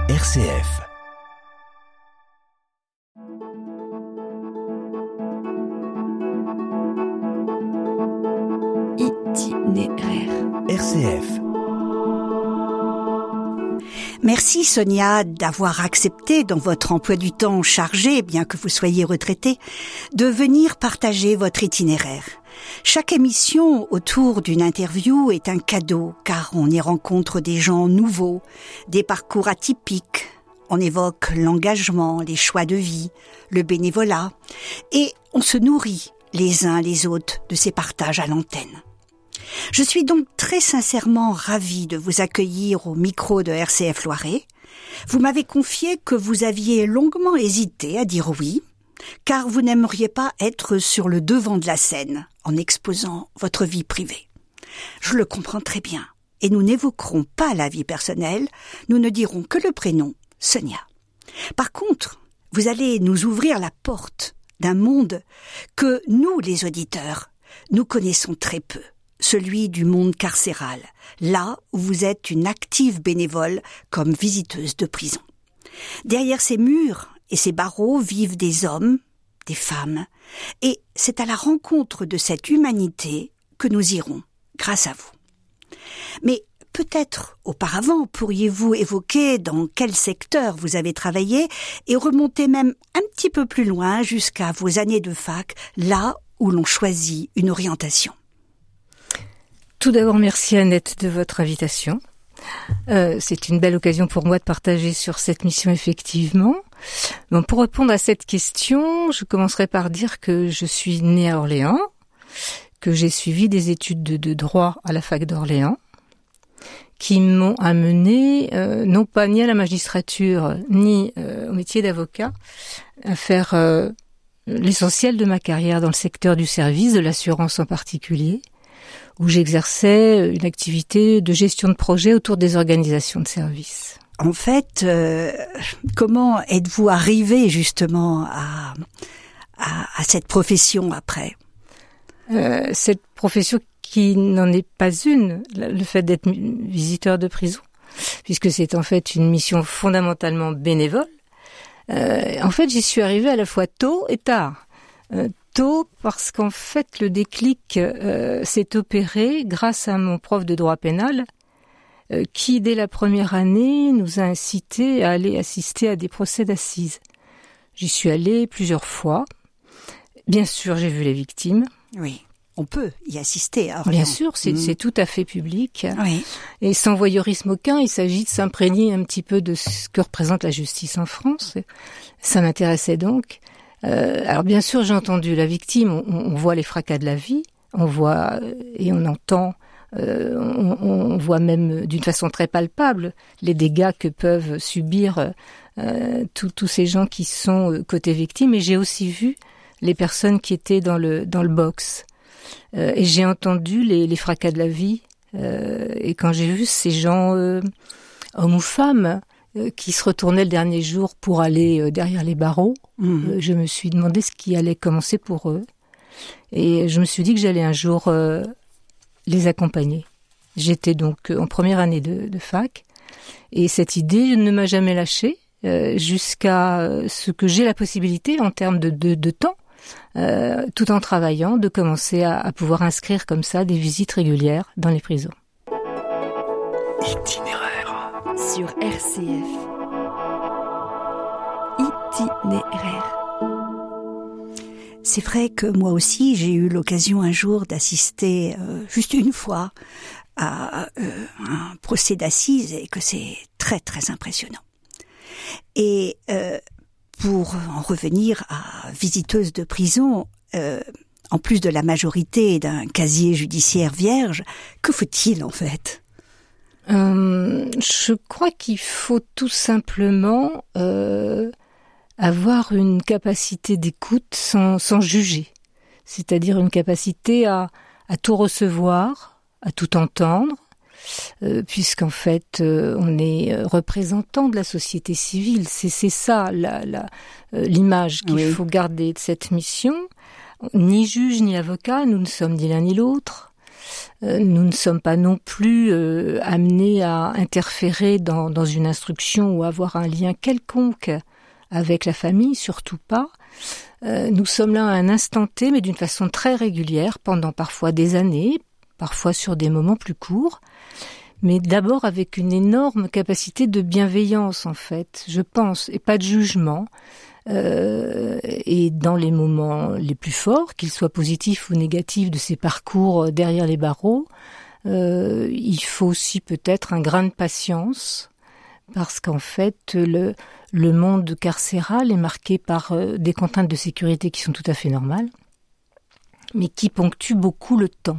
RCF. Itinéraire. RCF. Merci Sonia d'avoir accepté dans votre emploi du temps chargé, bien que vous soyez retraitée, de venir partager votre itinéraire. Chaque émission autour d'une interview est un cadeau, car on y rencontre des gens nouveaux, des parcours atypiques. On évoque l'engagement, les choix de vie, le bénévolat, et on se nourrit les uns les autres de ces partages à l'antenne. Je suis donc très sincèrement ravie de vous accueillir au micro de RCF Loiret. Vous m'avez confié que vous aviez longuement hésité à dire oui, car vous n'aimeriez pas être sur le devant de la scène en exposant votre vie privée. Je le comprends très bien, et nous n'évoquerons pas la vie personnelle, nous ne dirons que le prénom, Sonia. Par contre, vous allez nous ouvrir la porte d'un monde que nous, les auditeurs, nous connaissons très peu. Celui du monde carcéral, là où vous êtes une active bénévole comme visiteuse de prison. Derrière ces murs et ces barreaux vivent des hommes, des femmes, et c'est à la rencontre de cette humanité que nous irons, grâce à vous. Mais peut-être auparavant pourriez-vous évoquer dans quel secteur vous avez travaillé et remonter même un petit peu plus loin jusqu'à vos années de fac, là où l'on choisit une orientation. Tout d'abord, merci Annette de votre invitation. C'est une belle occasion pour moi de partager sur cette mission effectivement. Bon, pour répondre à cette question, je commencerai par dire que je suis née à Orléans, que j'ai suivi des études de droit à la fac d'Orléans, qui m'ont amené non pas ni à la magistrature ni au métier d'avocat, à faire l'essentiel de ma carrière dans le secteur du service, de l'assurance en particulier, où j'exerçais une activité de gestion de projet autour des organisations de services. En fait, comment êtes-vous arrivé justement à cette profession après ? Cette profession qui n'en est pas une, le fait d'être visiteur de prison, puisque c'est en fait une mission fondamentalement bénévole. En fait, j'y suis arrivée à la fois tôt et tard. Tôt parce qu'en fait le déclic s'est opéré grâce à mon prof de droit pénal qui dès la première année nous a incités à aller assister à des procès d'assises. J'y suis allée plusieurs fois. Bien sûr, j'ai vu les victimes. Oui, on peut y assister. À Orléans. Bien sûr, c'est tout à fait public. Oui. Et sans voyeurisme aucun, il s'agit de s'imprégner un petit peu de ce que représente la justice en France. Ça m'intéressait donc. Alors bien sûr, j'ai entendu la victime, on voit les fracas de la vie, on voit et on entend, on voit même d'une façon très palpable les dégâts que peuvent subir tous ces gens qui sont côté victime. Et j'ai aussi vu les personnes qui étaient dans le box. Et j'ai entendu les fracas de la vie. Et quand j'ai vu ces gens, hommes ou femmes, qui se retournaient le dernier jour pour aller derrière les barreaux, je me suis demandé ce qui allait commencer pour eux. Et je me suis dit que j'allais un jour les accompagner. J'étais donc en première année de fac. Et cette idée ne m'a jamais lâchée jusqu'à ce que j'ai la possibilité, en termes de temps, tout en travaillant, de commencer à pouvoir inscrire comme ça des visites régulières dans les prisons. Itinéraire. Sur RCF. Itinéraire. C'est vrai que moi aussi, j'ai eu l'occasion un jour d'assister juste une fois à un procès d'assises et que c'est très très impressionnant. Et pour en revenir à visiteuse de prison, en plus de la majorité d'un casier judiciaire vierge, que faut-il en fait ? Je crois qu'il faut tout simplement avoir une capacité d'écoute sans juger. C'est-à-dire une capacité à tout recevoir, à tout entendre, puisqu'en fait on est représentant de la société civile. C'est ça l'image qu'il faut garder de cette mission. Ni juge ni avocat, nous ne sommes ni l'un ni l'autre. Nous ne sommes pas non plus amenés à interférer dans une instruction ou avoir un lien quelconque avec la famille, surtout pas. Nous sommes là à un instant T, mais d'une façon très régulière, pendant parfois des années, parfois sur des moments plus courts, mais d'abord avec une énorme capacité de bienveillance, en fait, je pense, et pas de jugement. Et dans les moments les plus forts, qu'ils soient positifs ou négatifs de ces parcours derrière les barreaux, il faut aussi peut-être un grain de patience, parce qu'en fait, le monde carcéral est marqué par des contraintes de sécurité qui sont tout à fait normales, mais qui ponctuent beaucoup le temps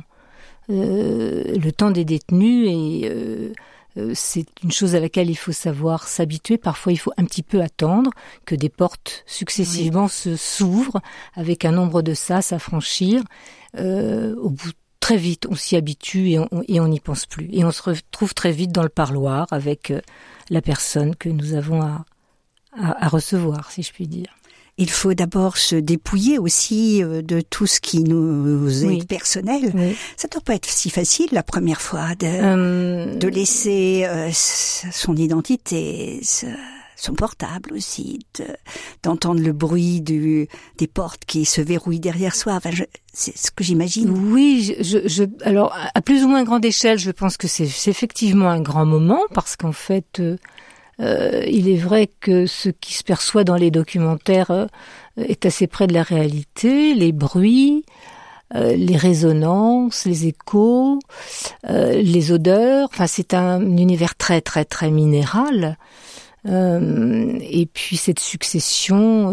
des détenus, et c'est une chose à laquelle il faut savoir s'habituer. Parfois, il faut un petit peu attendre que des portes successivement s'ouvrent avec un nombre de sas à franchir. Au bout, très vite, on s'y habitue et on n'y pense plus. Et on se retrouve très vite dans le parloir avec la personne que nous avons à recevoir, si je puis dire. Il faut d'abord se dépouiller aussi de tout ce qui nous est personnel. Oui. Ça ne doit pas être si facile la première fois de laisser son identité, son portable aussi, d'entendre le bruit des portes qui se verrouillent derrière soi. Enfin, c'est ce que j'imagine. Oui, alors à plus ou moins grande échelle, je pense que c'est effectivement un grand moment, parce qu'en fait, il est vrai que ce qui se perçoit dans les documentaires est assez près de la réalité, les bruits, les résonances, les échos, les odeurs. Enfin, c'est un univers très très très minéral. Et puis cette succession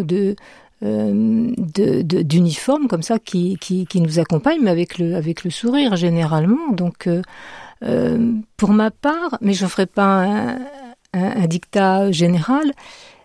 d'uniformes comme ça qui nous accompagnent, mais avec le sourire généralement. Donc pour ma part, mais je ne ferai pas un dictat général,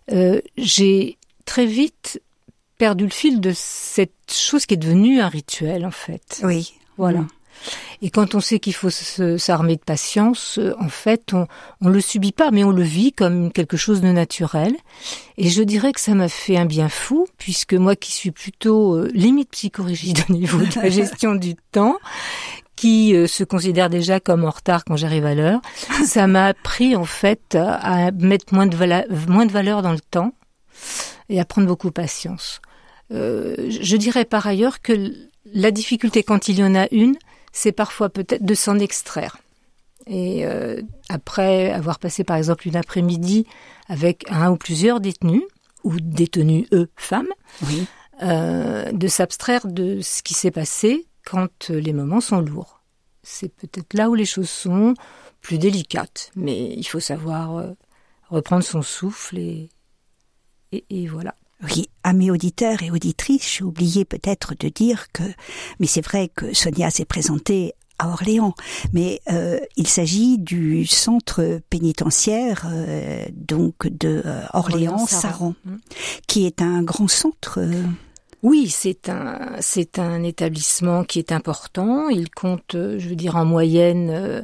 j'ai très vite perdu le fil de cette chose qui est devenue un rituel, en fait. Oui. Voilà. Et quand on sait qu'il faut s'armer de patience, en fait, on le subit pas, mais on le vit comme quelque chose de naturel. Et je dirais que ça m'a fait un bien fou, puisque moi qui suis plutôt limite psychorigide au niveau de la gestion du temps, qui se considère déjà comme en retard quand j'arrive à l'heure, ça m'a appris en fait à mettre moins de valeur dans le temps et à prendre beaucoup de patience. Je dirais par ailleurs que la difficulté, quand il y en a une, c'est parfois peut-être de s'en extraire. Et après avoir passé par exemple une après-midi avec un ou plusieurs détenus, ou détenus femmes, oui. De s'abstraire de ce qui s'est passé quand les moments sont lourds. C'est peut-être là où les choses sont plus délicates, mais il faut savoir reprendre son souffle et voilà. Oui, à mes auditeurs et auditrices, j'ai oublié peut-être de dire que, mais c'est vrai que Sonia s'est présentée à Orléans, mais il s'agit du centre pénitentiaire donc de Orléans-Saran, qui est un grand centre. Oui, c'est un établissement qui est important. Il compte, je veux dire, en moyenne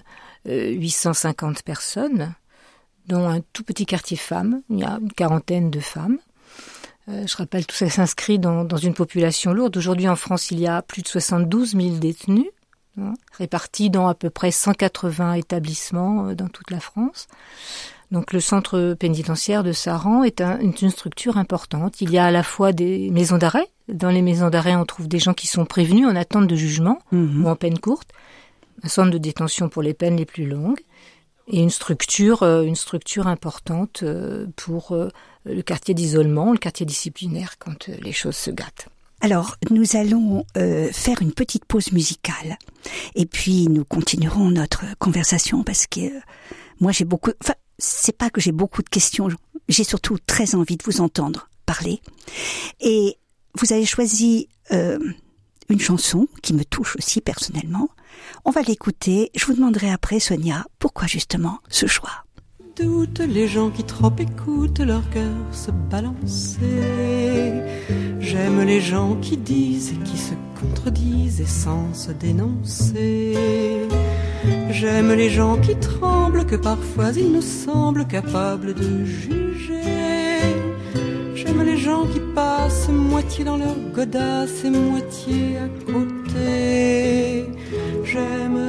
850 personnes, dont un tout petit quartier femmes. Il y a une quarantaine de femmes. Je rappelle, tout ça s'inscrit dans une population lourde. Aujourd'hui, en France, il y a plus de 72 000 détenus, répartis dans à peu près 180 établissements dans toute la France. Donc le centre pénitentiaire de Saran est une structure importante. Il y a à la fois des maisons d'arrêt. Dans les maisons d'arrêt, on trouve des gens qui sont prévenus en attente de jugement ou en peine courte. Un centre de détention pour les peines les plus longues. Et une structure importante pour le quartier d'isolement, le quartier disciplinaire, quand les choses se gâtent. Alors, nous allons faire une petite pause musicale. Et puis, nous continuerons notre conversation parce que moi, c'est pas que j'ai beaucoup de questions, j'ai surtout très envie de vous entendre parler. Et vous avez choisi une chanson qui me touche aussi personnellement. On va l'écouter. Je vous demanderai après, Sonia, pourquoi justement ce choix? Toutes les gens qui trop écoutent leur cœur se balancer. J'aime les gens qui disent et qui se contredisent et sans se dénoncer. J'aime les gens qui tremblent, que parfois ils nous semblent capables de juger. J'aime les gens qui passent moitié dans leur godasse et moitié à côté. J'aime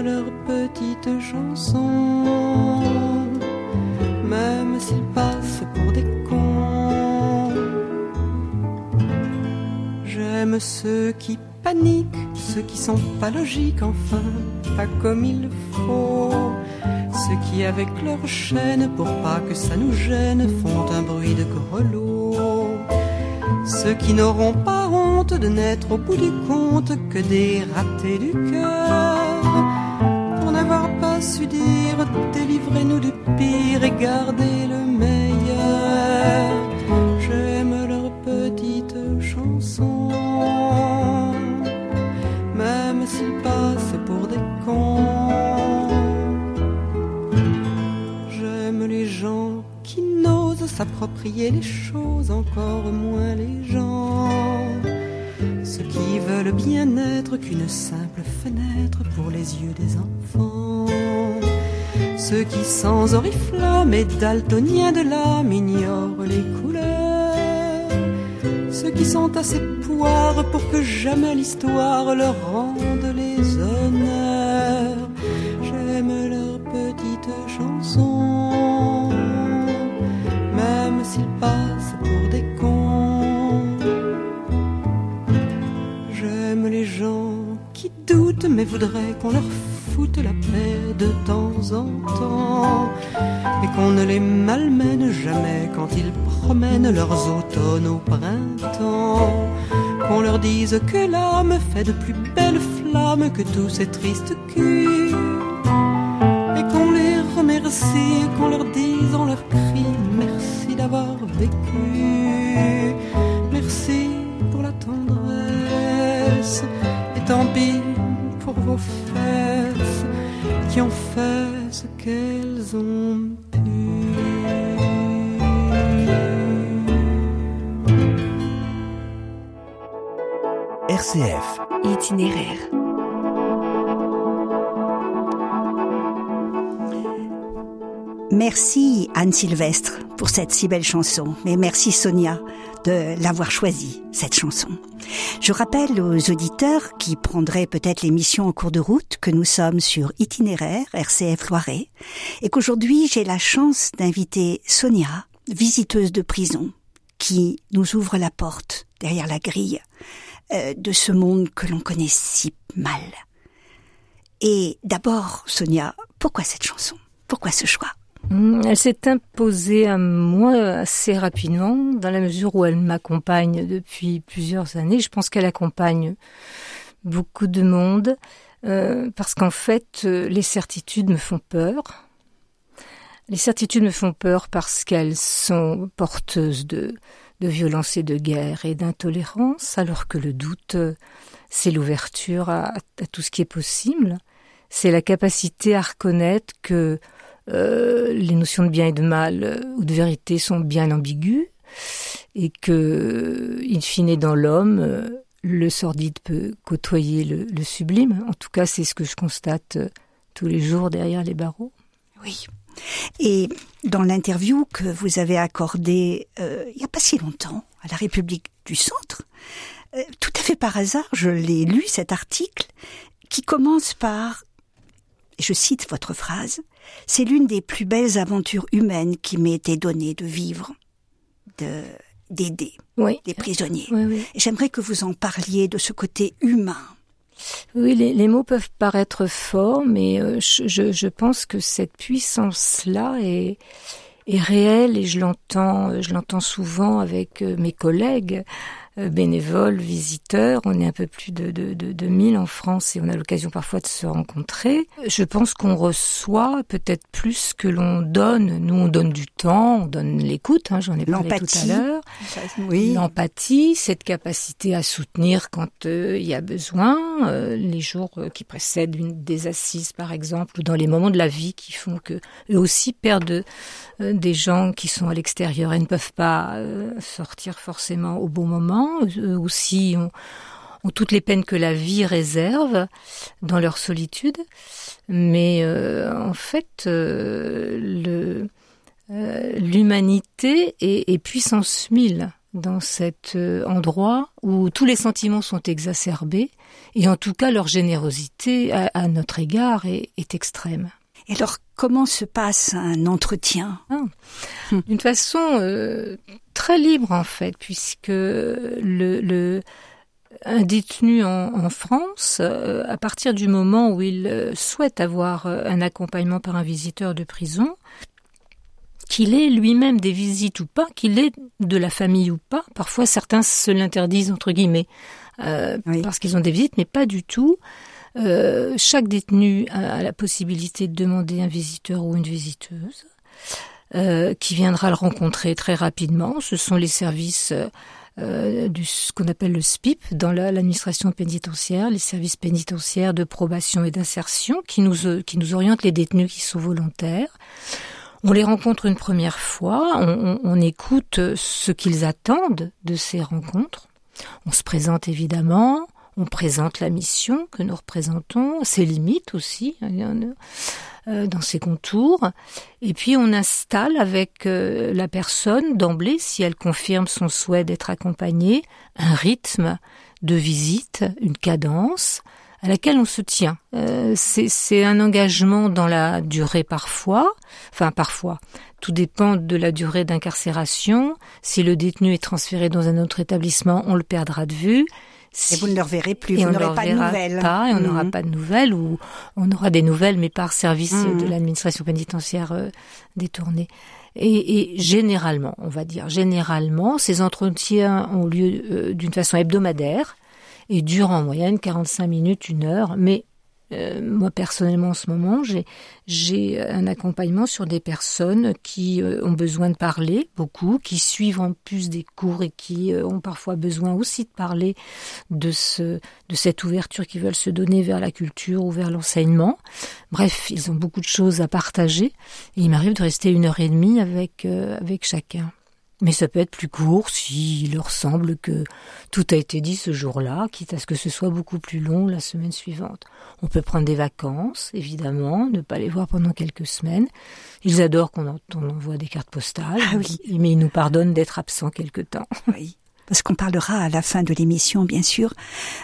petite chanson, même s'ils passent pour des cons. J'aime ceux qui paniquent, ceux qui sont pas logiques, enfin, pas comme il faut. Ceux qui avec leur chaîne, pour pas que ça nous gêne, font un bruit de grelot. Ceux qui n'auront pas honte de n'être au bout du compte que des ratés du cœur, pour n'avoir pas su dire délivrez-nous du pire et gardez le meilleur. J'aime leurs petites chansons, même s'ils passent pour des cons. J'aime les gens qui n'osent s'approprier les choses, encore moins les gens. Ceux qui veulent bien être qu'une simple fenêtre pour les yeux des enfants. Ceux qui sans oriflamme et daltoniens de l'âme ignorent les couleurs. Ceux qui sont assez poires pour que jamais l'histoire leur rende les honneurs. J'aime leurs petites chansons, même s'ils passent pour des cons. J'aime les gens qui doutent mais voudraient qu'on leur foute la paix de temps en temps, et qu'on ne les malmène jamais quand ils promènent leurs automnes au printemps. Qu'on leur dise que l'âme fait de plus belles flammes que tous ces tristes culs, et qu'on les remercie, qu'on leur dise en leur cri merci d'avoir vécu, merci pour la tendresse, et tant pis pour vos fesses qui ont fait ce qu'elles ont pu. RCF Itinéraire. Merci Anne Sylvestre pour cette si belle chanson, et merci Sonia de l'avoir choisie, cette chanson. Je rappelle aux auditeurs qui prendraient peut-être l'émission en cours de route que nous sommes sur Itinéraire, RCF Loiret, et qu'aujourd'hui j'ai la chance d'inviter Sonia, visiteuse de prison, qui nous ouvre la porte derrière la grille de ce monde que l'on connaît si mal. Et d'abord, Sonia, pourquoi cette chanson ? Pourquoi ce choix ? Elle s'est imposée à moi assez rapidement, dans la mesure où elle m'accompagne depuis plusieurs années. Je pense qu'elle accompagne beaucoup de monde, parce qu'en fait, les certitudes me font peur. Les certitudes me font peur parce qu'elles sont porteuses de violence et de guerre et d'intolérance, alors que le doute, c'est l'ouverture à tout ce qui est possible. C'est la capacité à reconnaître que les notions de bien et de mal ou de vérité sont bien ambiguës et que, in fine, dans l'homme, le sordide peut côtoyer le sublime. En tout cas, c'est ce que je constate tous les jours derrière les barreaux. Oui. Et dans l'interview que vous avez accordée il n'y a pas si longtemps à la République du Centre, tout à fait par hasard, je l'ai lu, cet article, qui commence par, je cite votre phrase, « C'est l'une des plus belles aventures humaines qui m'ait été donnée de vivre, d'aider des prisonniers. » Oui. J'aimerais que vous en parliez de ce côté humain. Oui, les mots peuvent paraître forts, mais je pense que cette puissance-là est réelle, et je l'entends souvent avec mes collègues bénévoles, visiteurs. On est un peu plus de 1000 en France et on a l'occasion parfois de se rencontrer. Je pense qu'on reçoit peut-être plus que l'on donne. Nous, on donne du temps, on donne l'écoute, j'en ai parlé tout à l'heure. Oui. L'empathie, cette capacité à soutenir quand il y a besoin, les jours qui précèdent des assises par exemple, ou dans les moments de la vie qui font que eux aussi perdent des gens qui sont à l'extérieur et ne peuvent pas sortir forcément au bon moment. Eux aussi ont toutes les peines que la vie réserve dans leur solitude. Mais en fait, l'humanité est puissance 1000 dans cet endroit où tous les sentiments sont exacerbés et en tout cas leur générosité à notre égard est extrême. Et alors, comment se passe un entretien ? D'une façon très libre en fait, puisque un détenu en France, à partir du moment où il souhaite avoir un accompagnement par un visiteur de prison, qu'il ait lui-même des visites ou pas, qu'il ait de la famille ou pas, parfois certains se l'interdisent entre guillemets, parce qu'ils ont des visites, mais pas du tout. Chaque détenu a la possibilité de demander un visiteur ou une visiteuse qui viendra le rencontrer très rapidement. Ce sont les services ce qu'on appelle le SPIP dans l'administration pénitentiaire, les services pénitentiaires de probation et d'insertion qui nous orientent les détenus qui sont volontaires. On les rencontre une première fois, on écoute ce qu'ils attendent de ces rencontres. On se présente évidemment, on présente la mission que nous représentons, ses limites aussi, dans ses contours. Et puis on installe avec la personne d'emblée, si elle confirme son souhait d'être accompagnée, un rythme de visite, une cadence à laquelle on se tient. C'est un engagement dans la durée parfois, tout dépend de la durée d'incarcération. Si le détenu est transféré dans un autre établissement, on le perdra de vue. Et vous ne le reverrez plus, vous n'aurez pas de nouvelles. On n'aura pas de nouvelles, ou on aura des nouvelles, mais par service de l'administration pénitentiaire détournée. Et généralement, ces entretiens ont lieu d'une façon hebdomadaire et durent en moyenne 45 minutes, 1 heure. Mais moi, personnellement, en ce moment, j'ai un accompagnement sur des personnes qui ont besoin de parler beaucoup, qui suivent en plus des cours et qui ont parfois besoin aussi de parler de cette ouverture qu'ils veulent se donner vers la culture ou vers l'enseignement. Bref, ils ont beaucoup de choses à partager et il m'arrive de rester 1h30 avec chacun. Mais ça peut être plus court s'il leur semble que tout a été dit ce jour-là, quitte à ce que ce soit beaucoup plus long la semaine suivante. On peut prendre des vacances, évidemment, ne pas les voir pendant quelques semaines. Ils adorent qu'on envoie des cartes postales, mais ils nous pardonnent d'être absents quelque temps. Oui. Parce qu'on parlera à la fin de l'émission, bien sûr,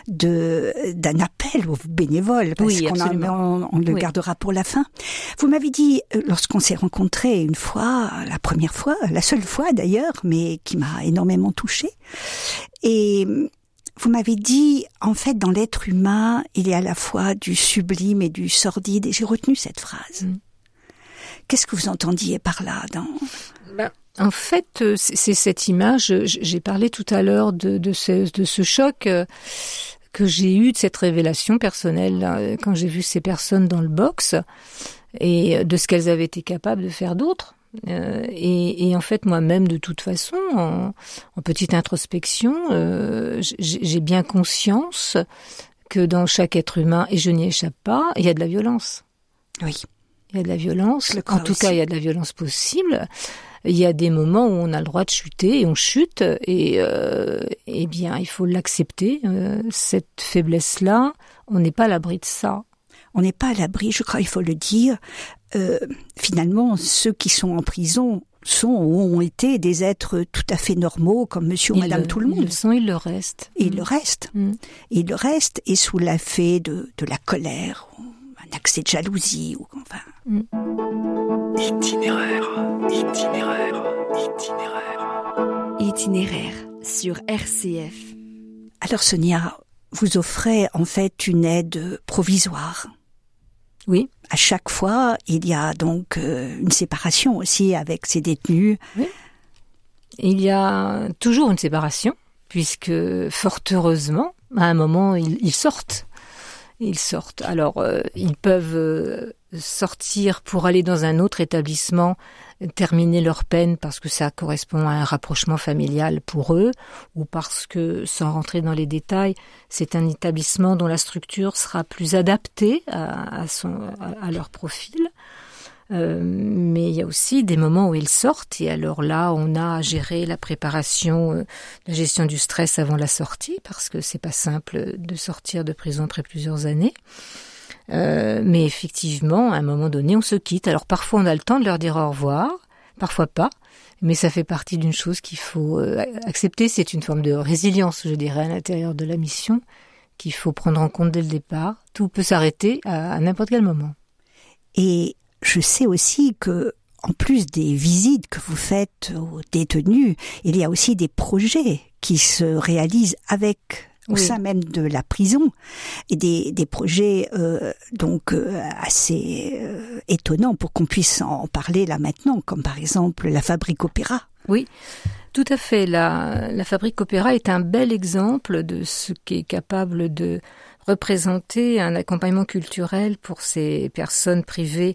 d'un appel aux bénévoles, parce qu'on le gardera pour la fin. Vous m'avez dit, lorsqu'on s'est rencontrés une fois, la première fois, la seule fois d'ailleurs, mais qui m'a énormément touchée, et vous m'avez dit, en fait, dans l'être humain, il y a à la fois du sublime et du sordide, et j'ai retenu cette phrase. Qu'est-ce que vous entendiez par là En fait, c'est cette image, j'ai parlé tout à l'heure de ce choc que j'ai eu, de cette révélation personnelle quand j'ai vu ces personnes dans le box et de ce qu'elles avaient été capables de faire d'autre. Et en fait, moi-même, de toute façon, en petite introspection, j'ai bien conscience que dans chaque être humain, et je n'y échappe pas, il y a de la violence. Oui. Il y a de la violence. En tout cas, il y a de la violence possible. Il y a des moments où on a le droit de chuter et on chute et bien il faut l'accepter. Cette faiblesse-là, on n'est pas à l'abri de ça. On n'est pas à l'abri, je crois, il faut le dire. Finalement, ceux qui sont en prison ont été des êtres tout à fait normaux, comme monsieur ou madame tout le monde. Ils le sont, ils le restent. Et ils le restent. Et ils le restent, et sous l'effet de la colère, ou un accès de jalousie, ou enfin... Itinéraire sur RCF. Alors Sonia, vous offrez en fait une aide provisoire. Oui. À chaque fois, il y a donc une séparation aussi avec ces détenus. Oui. Il y a toujours une séparation, puisque fort heureusement, à un moment, ils sortent. Ils sortent. Alors, ils peuvent sortir pour aller dans un autre établissement, terminer leur peine parce que ça correspond à un rapprochement familial pour eux, ou parce que, sans rentrer dans les détails, c'est un établissement dont la structure sera plus adaptée à leur profil. Mais il y a aussi des moments où ils sortent, et alors là, on a à gérer la préparation, la gestion du stress avant la sortie, parce que c'est pas simple de sortir de prison après plusieurs années. Mais effectivement, à un moment donné, on se quitte. Alors parfois, on a le temps de leur dire au revoir, parfois pas. Mais ça fait partie d'une chose qu'il faut accepter. C'est une forme de résilience, je dirais, à l'intérieur de la mission, qu'il faut prendre en compte dès le départ. Tout peut s'arrêter à n'importe quel moment. Et je sais aussi que, en plus des visites que vous faites aux détenus, il y a aussi des projets qui se réalisent au sein même de la prison, et des projets assez étonnants pour qu'on puisse en parler là maintenant, comme par exemple la Fabrique Opéra. Oui, tout à fait. La Fabrique Opéra est un bel exemple de ce qui est capable de représenter un accompagnement culturel pour ces personnes privées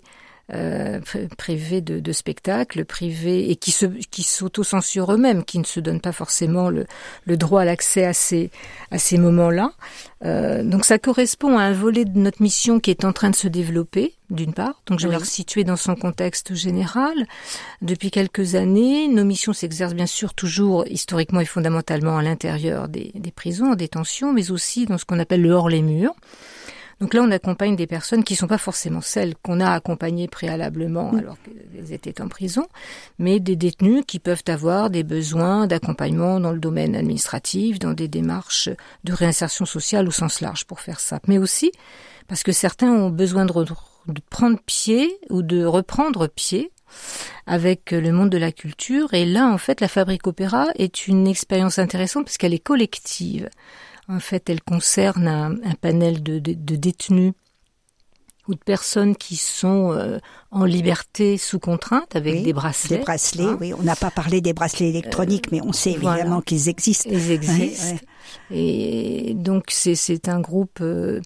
de spectacles, privés et qui s'autocensurent eux-mêmes, qui ne se donnent pas forcément le droit à l'accès à ces moments-là. Donc ça correspond à un volet de notre mission qui est en train de se développer, d'une part. Donc je vais le resituer dans son contexte général. Depuis quelques années, nos missions s'exercent bien sûr toujours historiquement et fondamentalement à l'intérieur des prisons, en détention, mais aussi dans ce qu'on appelle le hors les murs. Donc là, on accompagne des personnes qui ne sont pas forcément celles qu'on a accompagnées préalablement alors qu'elles étaient en prison, mais des détenus qui peuvent avoir des besoins d'accompagnement dans le domaine administratif, dans des démarches de réinsertion sociale au sens large, pour faire simple. Mais aussi parce que certains ont besoin de prendre pied ou de reprendre pied avec le monde de la culture. Et là, en fait, la Fabrique Opéra est une expérience intéressante parce qu'elle est collective. En fait, elle concerne un panel de détenus ou de personnes qui sont en liberté sous contrainte avec des bracelets. Des bracelets, oui. On n'a pas parlé des bracelets électroniques, mais on sait évidemment qu'ils existent. Ils existent. Ouais. Et donc, c'est un groupe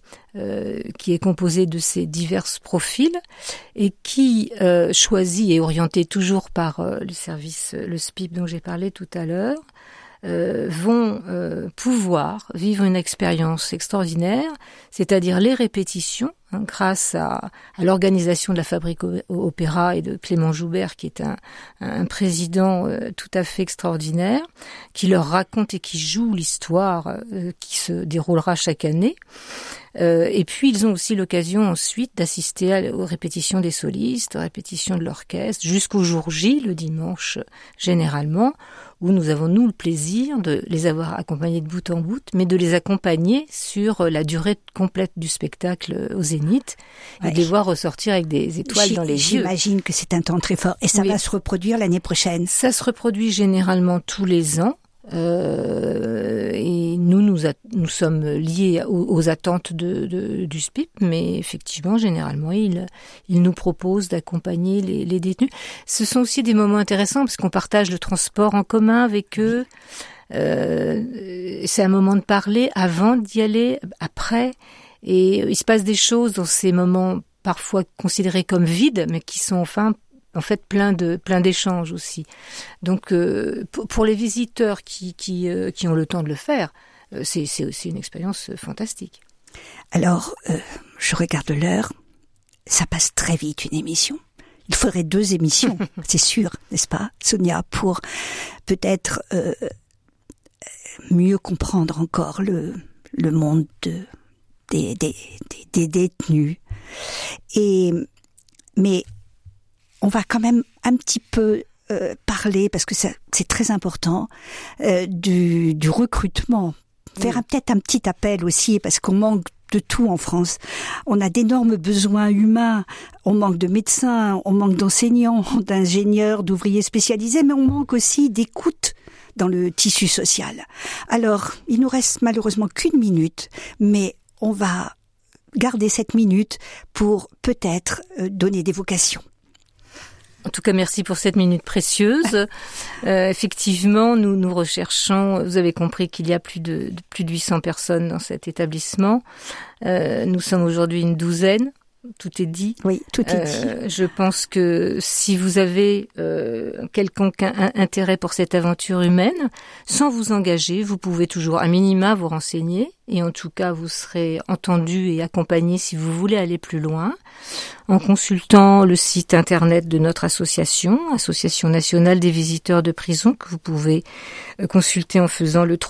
qui est composé de ces divers profils et qui choisit et est orienté toujours par le service, le SPIP dont j'ai parlé tout à l'heure, vont pouvoir vivre une expérience extraordinaire, c'est-à-dire les répétitions, grâce à l'organisation de la Fabrique Opéra et de Clément Joubert, qui est un président tout à fait extraordinaire, qui leur raconte et qui joue l'histoire qui se déroulera chaque année. Et puis ils ont aussi l'occasion ensuite d'assister aux répétitions des solistes, aux répétitions de l'orchestre, jusqu'au jour J, le dimanche généralement, où nous avons, nous, le plaisir de les avoir accompagnés de bout en bout, mais de les accompagner sur la durée complète du spectacle au Zénith, et de les voir ressortir avec des étoiles dans les yeux. J'imagine que c'est un temps très fort. Et ça va se reproduire l'année prochaine? Ça se reproduit généralement tous les ans. Et nous sommes liés aux attentes du SPIP, mais effectivement, généralement, il nous propose d'accompagner les détenus. Ce sont aussi des moments intéressants parce qu'on partage le transport en commun avec eux. C'est un moment de parler avant d'y aller, après. Et il se passe des choses dans ces moments parfois considérés comme vides, mais qui sont en fait plein d'échanges aussi. Donc pour les visiteurs qui ont le temps de le faire, c'est aussi une expérience fantastique. Alors je regarde l'heure, ça passe très vite une émission. Il faudrait 2 émissions, c'est sûr, n'est-ce pas, Sonia, pour peut-être mieux comprendre encore le monde des détenus. Mais on va quand même un petit peu parler, parce que c'est très important, du recrutement. Faire peut-être un petit appel aussi, parce qu'on manque de tout en France. On a d'énormes besoins humains. On manque de médecins, on manque d'enseignants, d'ingénieurs, d'ouvriers spécialisés, mais on manque aussi d'écoute dans le tissu social. Alors, il nous reste malheureusement qu'1 minute, mais on va garder cette minute pour peut-être donner des vocations. En tout cas, merci pour cette minute précieuse. Effectivement, nous recherchons, vous avez compris qu'il y a plus de 800 personnes dans cet établissement. Nous sommes aujourd'hui une 12aine. Tout est dit. Oui, tout est dit. Je pense que si vous avez quelconque intérêt pour cette aventure humaine, sans vous engager, vous pouvez toujours à minima vous renseigner, et en tout cas vous serez entendu et accompagné si vous voulez aller plus loin, en consultant le site internet de notre association, Association nationale des visiteurs de prison, que vous pouvez consulter en faisant le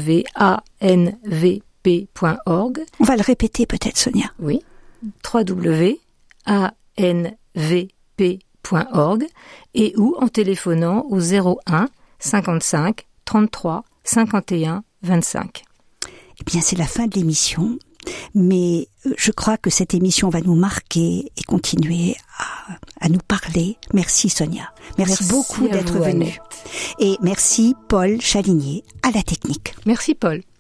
www.anvp.org. On va le répéter peut-être, Sonia. Oui. www.anvp.org. et ou en téléphonant au 01 55 33 51 25. Eh bien, c'est la fin de l'émission, mais je crois que cette émission va nous marquer et continuer à nous parler. Merci Sonia. Merci beaucoup d'être venue. Et merci Paul Chalinier à la technique. Merci Paul.